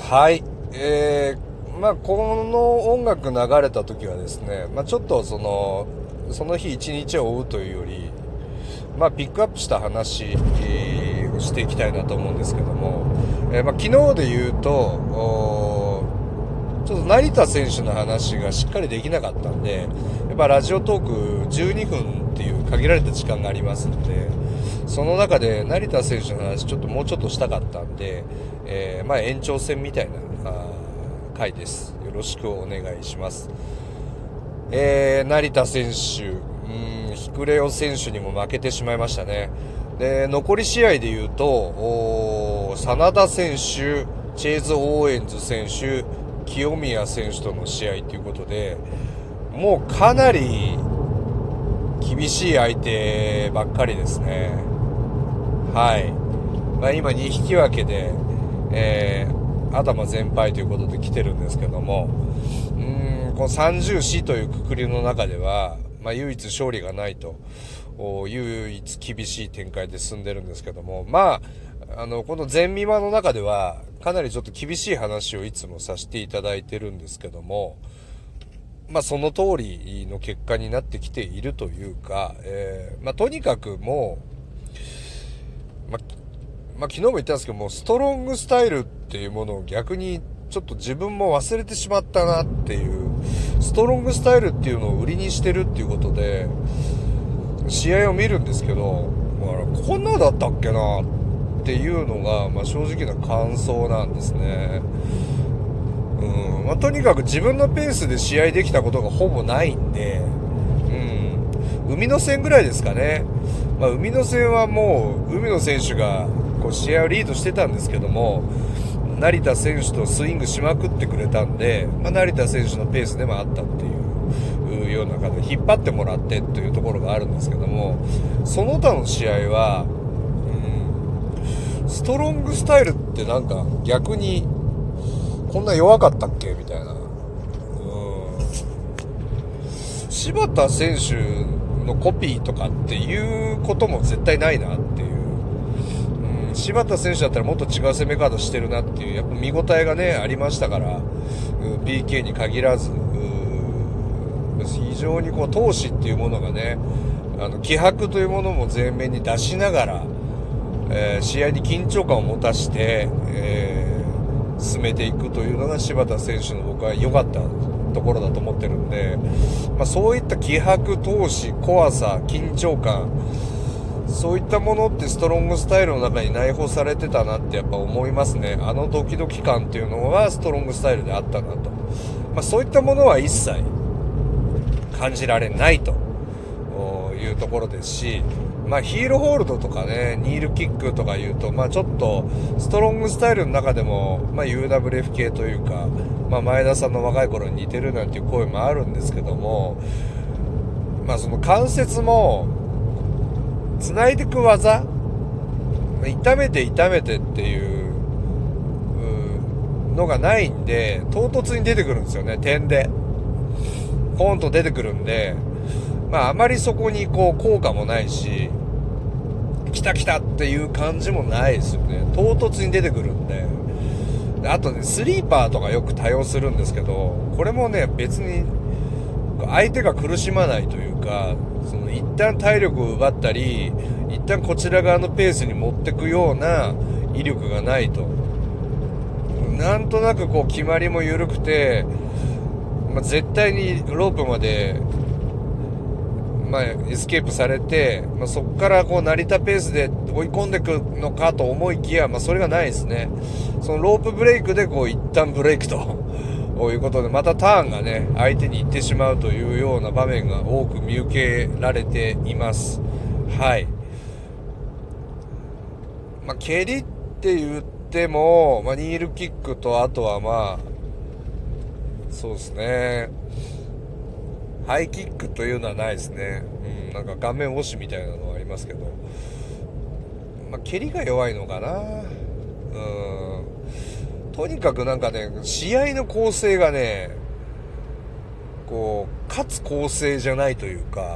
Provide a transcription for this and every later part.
はい、この音楽流れた時はですね、ちょっとその日一日を追うというより、ピックアップした話をしていきたいなと思うんですけども、昨日で言うとちょっと成田選手の話がしっかりできなかったんで、やっぱラジオトーク12分っていう限られた時間がありますので、その中で成田選手の話もうちょっとしたかったんで、延長戦みたいな回です。よろしくお願いします。成田選手、ヒクレオ選手にも負けてしまいましたね。で、残り試合で言うと真田選手、チェイズ・オーエンズ選手、清宮選手との試合ということで、もうかなり厳しい相手ばっかりですね。はい。今2引き分けで、頭全敗ということで来てるんですけども、この30死という括りの中では、唯一勝利がないと、唯一厳しい展開で進んでるんですけども、この全ミマの中ではかなりちょっと厳しい話をいつもさせていただいてるんですけども、その通りの結果になってきているというか、とにかくもう、昨日も言ったんですけども、ストロングスタイルっていうものを逆にちょっと自分も忘れてしまったなっていう、ストロングスタイルっていうのを売りにしてるっていうことで試合を見るんですけど、こんなだったっけなっていうのが、正直な感想なんですね。とにかく自分のペースで試合できたことがほぼないんで、海の戦ぐらいですかね。海の戦はもう海野選手がこう試合をリードしてたんですけども、成田選手とスイングしまくってくれたんで、成田選手のペースでもあったっていうような感じで引っ張ってもらってというところがあるんですけども、その他の試合は、ストロングスタイルってなんか逆にこんな弱かったっけみたいな。柴田選手のコピーとかっていうことも絶対ないなっていう。柴田選手だったらもっと違う攻め方してるなっていう、やっぱ見応えがねありましたから、PK に限らず、非常にこう闘志っていうものがね、気迫というものも前面に出しながら、試合に緊張感を持たして、進めていくというのが柴田選手の僕は良かったところだと思ってるんで、そういった気迫、闘志、怖さ、緊張感、そういったものってストロングスタイルの中に内包されてたなってやっぱ思いますね。ドキドキ感っていうのはストロングスタイルであったなと。そういったものは一切感じられないというところですし、ヒールホールドとかね、ニールキックとかいうと、ちょっとストロングスタイルの中でも、UWF 系というか、前田さんの若い頃に似てるなんていう声もあるんですけども、その関節も繋いでいく技、痛めてっていうのがないんで、唐突に出てくるんですよね。点でポンと出てくるんで、あまりそこにこう効果もないし、来たっていう感じもないですよね。唐突に出てくるんで。あとね、スリーパーとかよく多用するんですけど、これもね、別に相手が苦しまないというか、その一旦体力を奪ったり、一旦こちら側のペースに持ってくような威力がないと。なんとなくこう決まりも緩くて、絶対にロープまでエスケープされて、そこからこう成田ペースで追い込んでいくのかと思いきや、それがないですね。そのロープブレイクでこう一旦ブレイクということで、またターンがね相手に行ってしまうというような場面が多く見受けられています。はい。蹴りって言っても、ニールキックと、あとはそうですね、ハイキックというのはないですね。なんか顔面押しみたいなのはありますけど、蹴りが弱いのかな。とにかくなんかね、試合の構成がね、こう勝つ構成じゃないというか、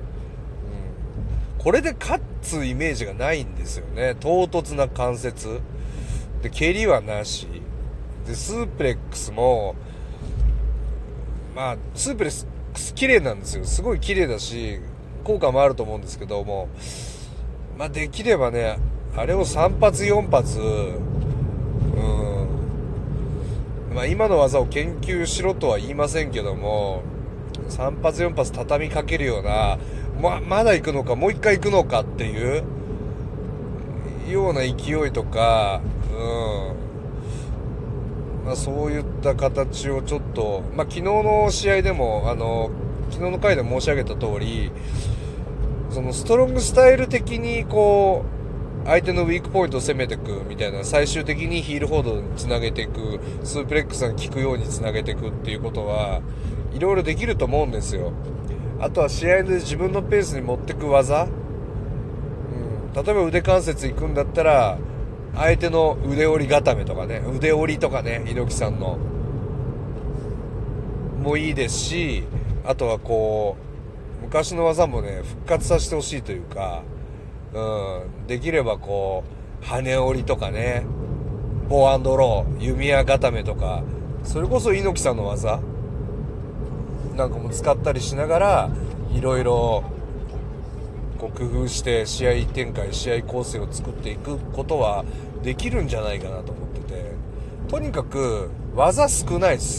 これで勝つイメージがないんですよね。唐突な関節で蹴りはなしでスープレックスもまあスープレックス綺麗なんですよ。すごい綺麗だし効果もあると思うんですけども、まあできればねあれを3発4発まあ今の技を研究しろとは言いませんけども、3発4発畳みかけるような、まだ行くのかもう一回行くのかっていうような勢いとか、まあ、そういった形をちょっと、まあ、昨日の試合でも昨日の回で申し上げた通り、そのストロングスタイル的にこう相手のウィークポイントを攻めていくみたいな、最終的にヒールホールドにつなげていく、スープレックスが効くようにつなげていくっていうことはいろいろできると思うんですよ。あとは試合で自分のペースに持っていく技、例えば腕関節行くんだったら相手の腕折り固めとかね、腕折りとかね、猪木さんのもいいですし、あとはこう昔の技もね復活させてほしいというか、できればこう羽折りとかね、ボー&ロー、弓矢固めとか、それこそ猪木さんの技なんかも使ったりしながらいろいろこう工夫して試合展開、試合構成を作っていくことはできるんじゃないかなと思ってて、とにかく技少ないです。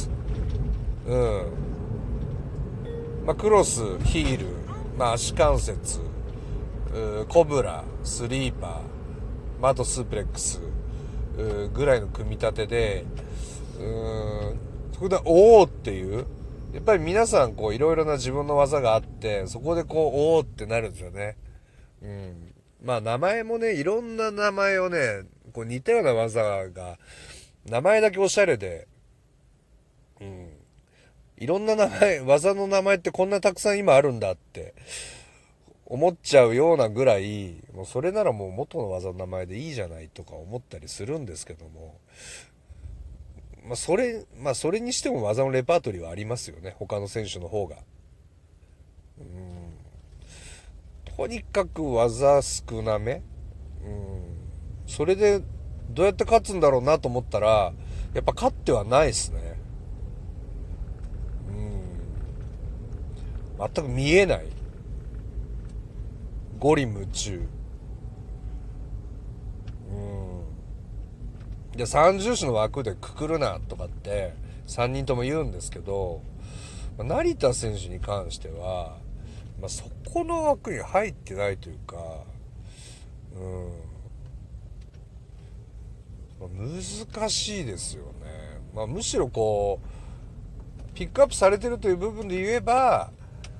まあ、クロス、ヒール、まあ、足関節、コブラ、スリーパー、まあ、あとスープレックスぐらいの組み立てで、そこでおーっていうやっぱり皆さんこういろいろな自分の技があって、そこでこうおーってなるんですよね。まあ名前もね、いろんな名前をね、こう似たような技が名前だけおしゃれで、いろんな名前、技の名前ってこんなたくさん今あるんだって思っちゃうようなぐらい、もうそれならもう元の技の名前でいいじゃないとか思ったりするんですけども、それにしても技のレパートリーはありますよね、他の選手の方が。とにかく技少なめ。それでどうやって勝つんだろうなと思ったら、やっぱ勝ってはないですね。全く見えない。ゴリ夢中。いや、三重視の枠でくくるなとかって3人とも言うんですけど、成田選手に関しては、そこの枠に入ってないというか、難しいですよね。むしろこうピックアップされてるという部分で言えば、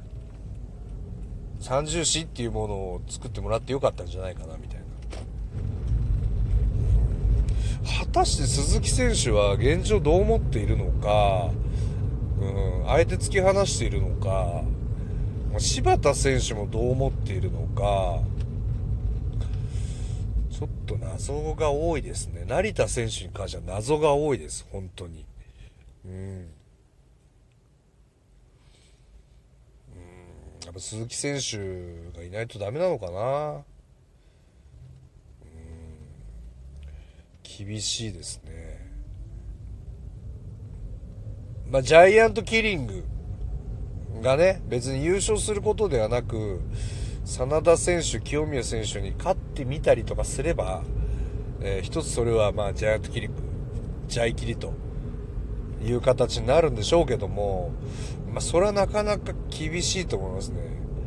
三重視っていうものを作ってもらってよかったんじゃないかなみたいな。果たして鈴木選手は現状どう思っているのか、あえて突き放しているのか、柴田選手もどう思っているのか、ちょっと謎が多いですね。成田選手に関しては謎が多いです、本当に。やっぱ鈴木選手がいないとダメなのかな。厳しいですね。ジャイアントキリングがね、別に優勝することではなく、真田選手、清宮選手に勝ってみたりとかすれば、一つそれはジャイアントキリング、ジャイキリという形になるんでしょうけども、それはなかなか厳しいと思いますね。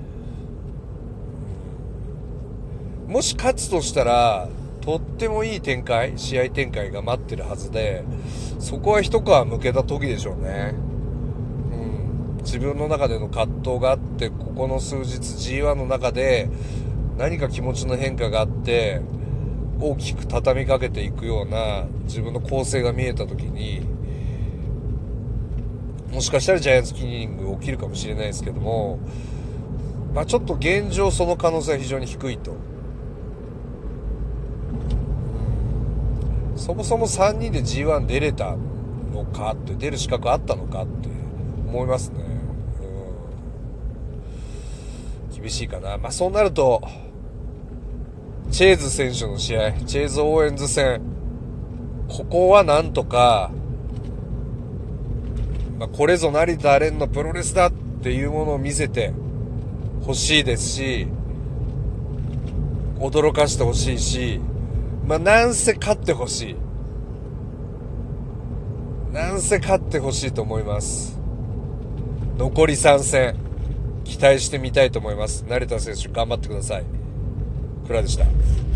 もし勝つとしたらとってもいい展開、試合展開が待ってるはずで、そこは一皮むけた時でしょうね。自分の中での葛藤があって、ここの数日 G1 の中で何か気持ちの変化があって大きく畳みかけていくような自分の構成が見えた時に、もしかしたらジャイアンツキリング起きるかもしれないですけども、ちょっと現状その可能性は非常に低いと。そもそも3人で G1 出れたのかって、出る資格あったのかって思いますね。厳しいかな。そうなるとチェーズ選手の試合、チェーズ・オーエンズ戦、ここはなんとかこれぞ成田蓮のプロレスだっていうものを見せてほしいですし、驚かしてほしいし、なんせ勝ってほしい。なんせ勝ってほしいと思います。残り3戦、期待してみたいと思います。成田選手頑張ってください。倉でした。